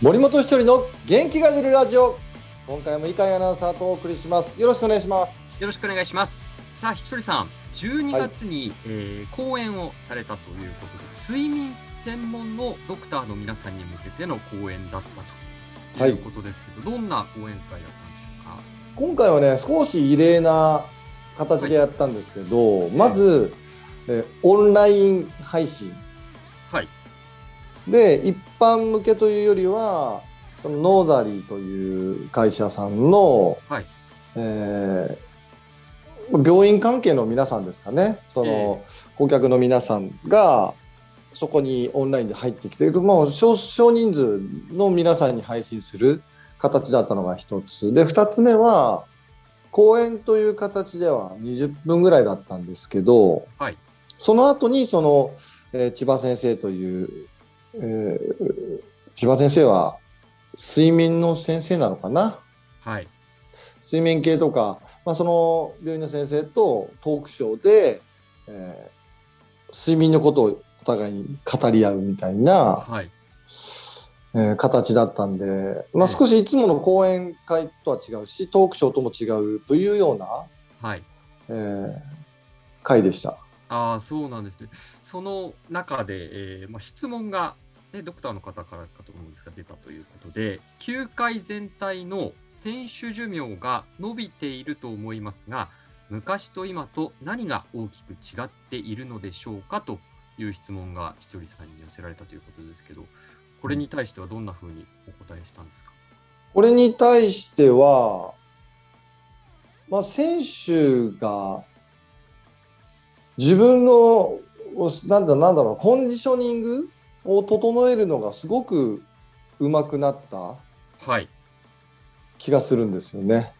森本一人の元気が出るラジオ。今回も井上アナウンサーとお送りします。よろしくお願いします。 よろしくお願いします。さあ、ひとりさん、12月に、講演をされたということで、睡眠専門のドクターの皆さんに向けての講演だったということですけど、どんな講演会だったんでしょうか。 今回はね、少し異例な形でやったんですけど、まず、オンライン配信、で一般向けというよりはそのノーザリーという会社さんの、病院関係の皆さんですかね、その顧客の皆さんがそこにオンラインで入ってきて、もう 少人数の皆さんに配信する形だったのが一つで、二つ目は講演という形では20分ぐらいだったんですけど、その後にその、千葉先生という千葉先生は睡眠の先生なのかな、睡眠系とか、その病院の先生とトークショーで、睡眠のことをお互いに語り合うみたいな、形だったんで、少しいつもの講演会とは違うし、トークショーとも違うというような、会でした。 そうなんですね。その中で、質問が、ドクターの方からかと思うんですが出たということで、球界全体の選手寿命が伸びていると思いますが、昔と今と何が大きく違っているのでしょうかという質問がひとりさんに寄せられたということですけど、これに対してはどんなふうにお答えしたんですか。 これに対しては、選手が自分のなんだろう、コンディショニングを整えるのがすごく上手くなった気がするんですよね。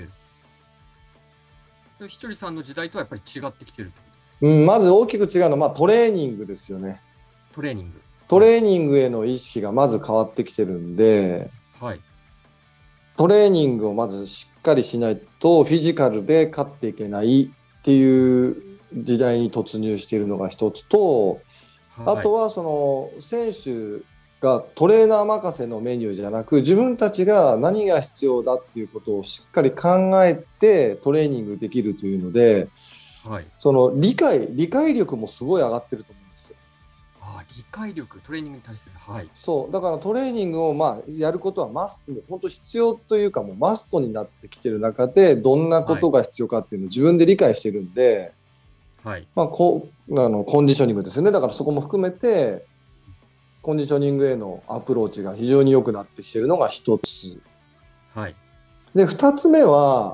ひとりさんの時代とはやっぱり違ってきてるってことですか。まず大きく違うのは、トレーニングですよね。トレーニングへの意識がまず変わってきてるんで、トレーニングをまずしっかりしないとフィジカルで勝っていけないっていう時代に突入しているのが一つと、あとはその選手がトレーナー任せのメニューじゃなく、自分たちが何が必要だっていうことをしっかり考えてトレーニングできるというので、その理解力もすごい上がってると思うんですよ。 理解力、トレーニングに対する、 そうだからトレーニングをやることはマスト、本当必要というかもうマストになってきてる中で、どんなことが必要かっていうのを自分で理解してるんで、コンディショニングですよね。だからそこも含めてコンディショニングへのアプローチが非常に良くなってきてるのが一つ、で二つ目は、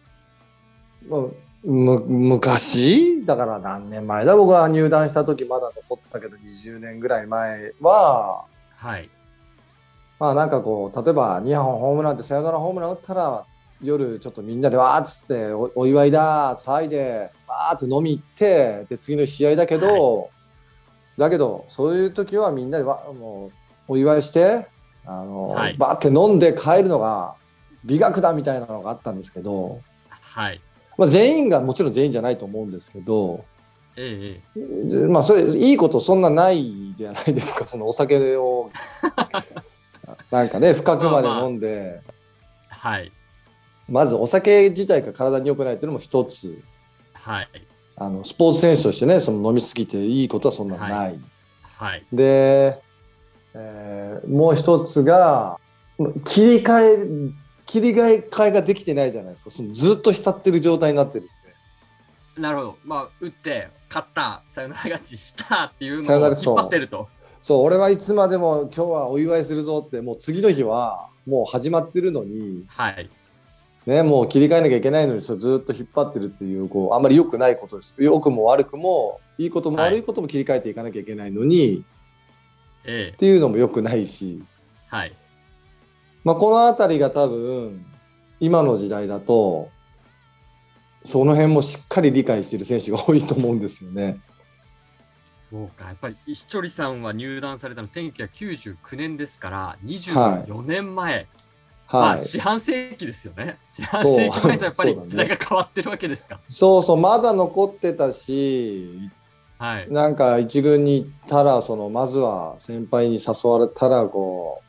昔だから何年前だ、僕が入団した時まだ残ってたけど20年ぐらい前は、なんかこう例えば2本ホームランってサヨナラホームラン打ったら夜ちょっとみんなでわーっつって お祝いだ騒いでわーって飲み行って、で次の試合だけど、そういう時はみんなでもうお祝いしてバーって飲んで帰るのが美学だみたいなのがあったんですけど、全員がもちろん全員じゃないと思うんですけど、それいいことそんなないじゃないですか。そのお酒をなんかね深くまで飲んで、まずお酒自体が体に良くないっていうのも一つ、スポーツ選手としてね、その飲みすぎていいことはそんなない、で、もう一つが切り替えができてないじゃないですか。そのずっと浸ってる状態になってるんで。 なるほど。打って勝ったサヨナラ勝ちしたっていうのを引っ張ってると。 そう俺はいつまでも今日はお祝いするぞって、もう次の日はもう始まってるのに、もう切り替えなきゃいけないのにずっと引っ張ってるっていう、あんまり良くないことです。良くも悪くもいいことも悪いことも切り替えていかなきゃいけないのに、っていうのも良くないし、このあたりが多分今の時代だとその辺もしっかり理解している選手が多いと思うんですよね。 そうか、やっぱりひとりさんは入団されたの1999年ですから24年前、四半世紀ですよね。四半世紀前とやっぱり時代が変わってるわけですか。 まだ残ってたし、なんか一軍に行ったらまずは先輩に誘われたら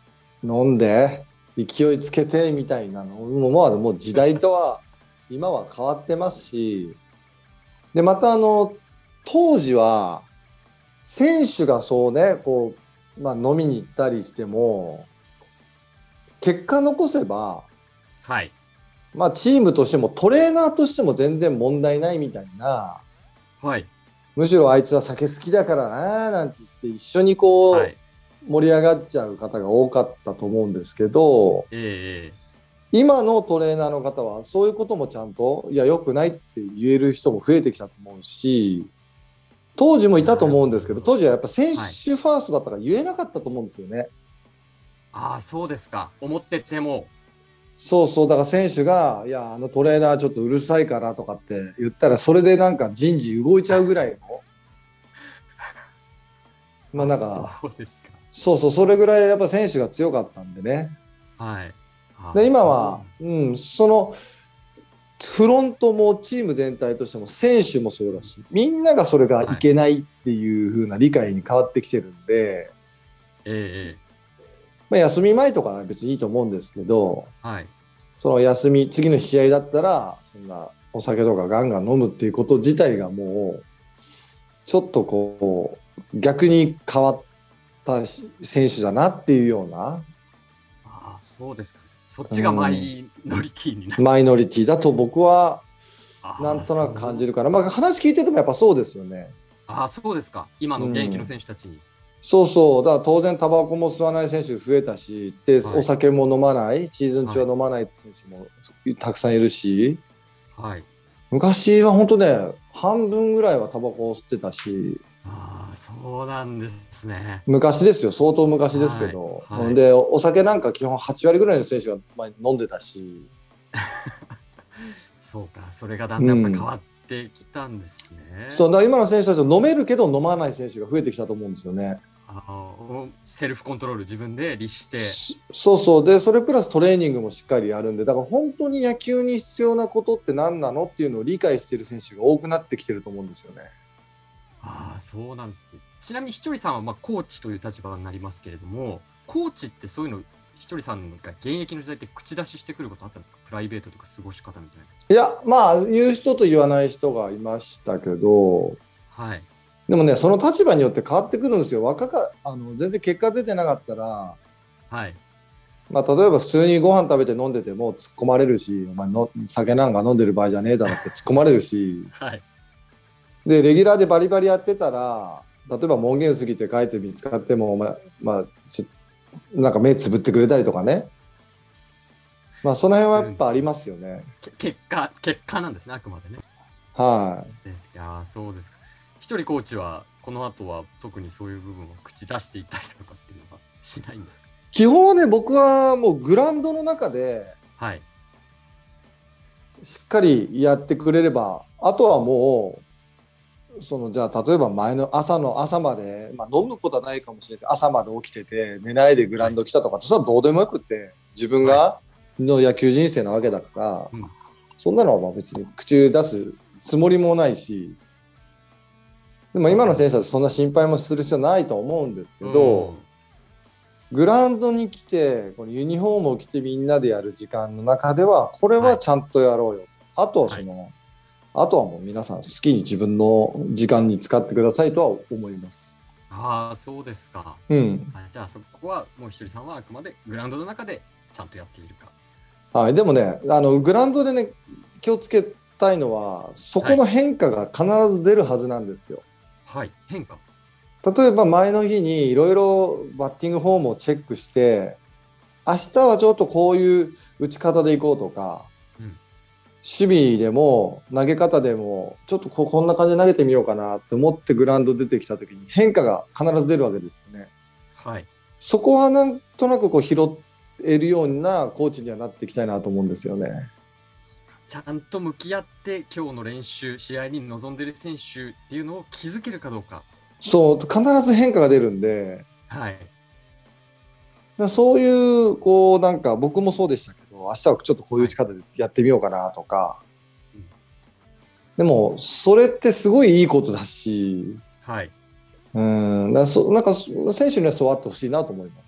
飲んで勢いつけてみたいなのもう時代とは今は変わってますし、でまた当時は選手がそうねこう、飲みに行ったりしても結果残せば、 はい、 チームとしてもトレーナーとしても全然問題ないみたいな、 はい、 むしろあいつは酒好きだからななんて言って一緒にこう、はい、盛り上がっちゃう方が多かったと思うんですけど、今のトレーナーの方はそういうこともちゃんといや良くないって言える人も増えてきたと思うし、当時もいたと思うんですけど、当時はやっぱ選手ファーストだったから言えなかったと思うんですよね。 ああ、そうですか。思ってても。 そうそう、だから選手がいやトレーナーちょっとうるさいからとかって言ったらそれでなんか人事動いちゃうぐらいのなんかそうですか。 そうそれぐらいやっぱ選手が強かったんでね。 はい。 で今はそのフロントもチーム全体としても選手もそうだし、みんながそれがいけないっていう風な理解に変わってきてるんで、休み前とかは別にいいと思うんですけど、 はい、 その休み次の試合だったらそんなお酒とかガンガン飲むっていうこと自体がもうちょっとこう逆に変わった選手だなっていうような。 ああ、そうですか。そっちがマイノリティになる、 マイノリティだと僕はなんとなく感じるから、話聞いててもやっぱそうですよね。 ああ、そうですか。今の現役の選手たちに。 そうそう、だから当然タバコも吸わない選手増えたし、で、お酒も飲まない、シーズン中は飲まない選手もたくさんいるし、昔は本当ね、半分ぐらいはタバコを吸ってたし。 ああ、そうなんですね。 昔ですよ、相当昔ですけど、でお酒なんか基本8割ぐらいの選手が飲んでたしそうか、それがだんだんやっぱ変わってきたんですね。 そうだ、今の選手たちは飲めるけど飲まない選手が増えてきたと思うんですよね。 セルフコントロール自分で律して。 そうでそれプラストレーニングもしっかりやるんで、だから本当に野球に必要なことって何なのっていうのを理解している選手が多くなってきてると思うんですよね。 ああ、そうなんです。ちなみにひとりさんはコーチという立場になりますけれども、コーチってそういうのひとりさんが現役の時代って口出ししてくることあったんですか？プライベートとか過ごし方みたいな。 いや、言う人と言わない人がいましたけど、 はい。 でもね、その立場によって変わってくるんですよ。全然結果出てなかったら、 はい。 例えば普通にご飯食べて飲んでても突っ込まれるし、お前酒なんか飲んでる場合じゃねえだろって突っ込まれるし、 はい。 でレギュラーでバリバリやってたら、例えば門限過ぎて帰って見つかっても、なんか目つぶってくれたりとかね、その辺はやっぱありますよね。 結果なんですね、あくまでね。 はい。 いや、そうですか。一人コーチはこの後は特にそういう部分を口出していったりとかっていうのはしないんですか？ 基本はね、僕はもうグラウンドの中でしっかりやってくれれば、あとはもうじゃあ例えば前の朝まで、飲むことはないかもしれないけど、朝まで起きてて寝ないでグラウンド来たとか、それはどうでもよくって自分がの野球人生なわけだから、そんなのは別に口出すつもりもないし、でも今の選手たちそんな心配もする必要ないと思うんですけど、グラウンドに来てこのユニフォームを着てみんなでやる時間の中ではこれはちゃんとやろうよ、あとはもう皆さん好きに自分の時間に使ってくださいとは思います。 ああ、そうですか。じゃあそこはもうひとりさんはあくまでグラウンドの中でちゃんとやっているか。 はい、でもね、グラウンドでね気をつけたいのはそこの変化が必ず出るはずなんですよ。 はい、変化。 例えば前の日にいろいろバッティングフォームをチェックして、明日はちょっとこういう打ち方でいこうとか、守備でも投げ方でもちょっとこんな感じで投げてみようかなと思ってグラウンド出てきた時に変化が必ず出るわけですよね。 はい。 そこはなんとなく拾えるようなコーチにはなっていきたいなと思うんですよね。 ちゃんと向き合って今日の練習試合に臨んでいる選手っていうのを気づけるかどうか。 そう必ず変化が出るんで、そういうなんか僕もそうでしたけど、明日はちょっとこういう打ち方でやってみようかなとか、でもそれってすごいいいことだし、なんか選手にはそうあってほしいなと思います。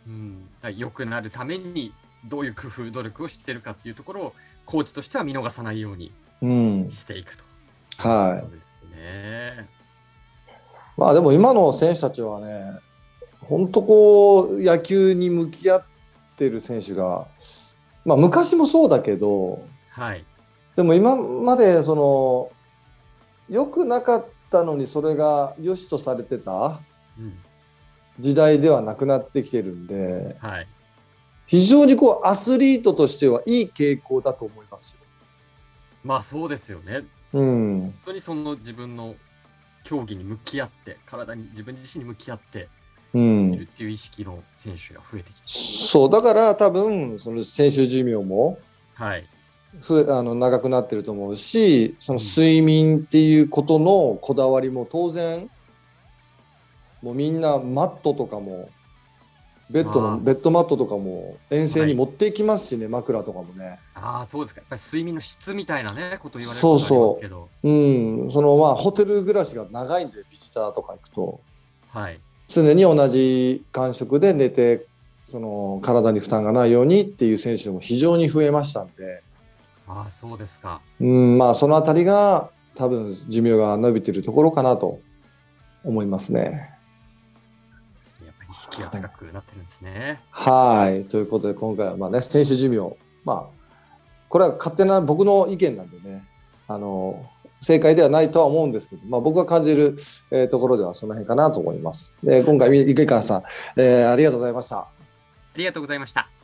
良くなるためにどういう工夫努力をしているかっていうところをコーチとしては見逃さないようにしていくと、 はい。 そうですね。 まあでも今の選手たちはね、本当こう野球に向き合ってる選手が、まあ昔もそうだけど、 はい、 でも今までその良くなかったのにそれが良しとされてた時代ではなくなってきてるんで、 はい、 非常にこうアスリートとしてはいい傾向だと思いますよ。 まあそうですよね。本当にその自分の競技に向き合って、体に自分自身に向き合っているっていう意識の選手が増えてきて、 そうだから多分その選手寿命も、 はい、 長くなってると思うし、その睡眠っていうことのこだわりも当然、もうみんなマットとかもベッドマットとかも遠征に持っていきますしね、枕とかもね。 そうですか。やっぱり睡眠の質みたいなね、こと言われることありますけど。 そのまあホテル暮らしが長いんで、ビジターとか行くと、 はい、 常に同じ感触で寝て、その体に負担がないようにっていう選手も非常に増えましたんで。 そうですか。 まあそのあたりが多分寿命が伸びているところかなと思いますね。 やっぱり意識が高くなってるんですね。 はい、ということで今回はまあね、選手寿命、まあこれは勝手な僕の意見なんでね、正解ではないとは思うんですけど、まあ、僕が感じる、ところではその辺かなと思います。今回、池川さん、ありがとうございました。 ありがとうございました。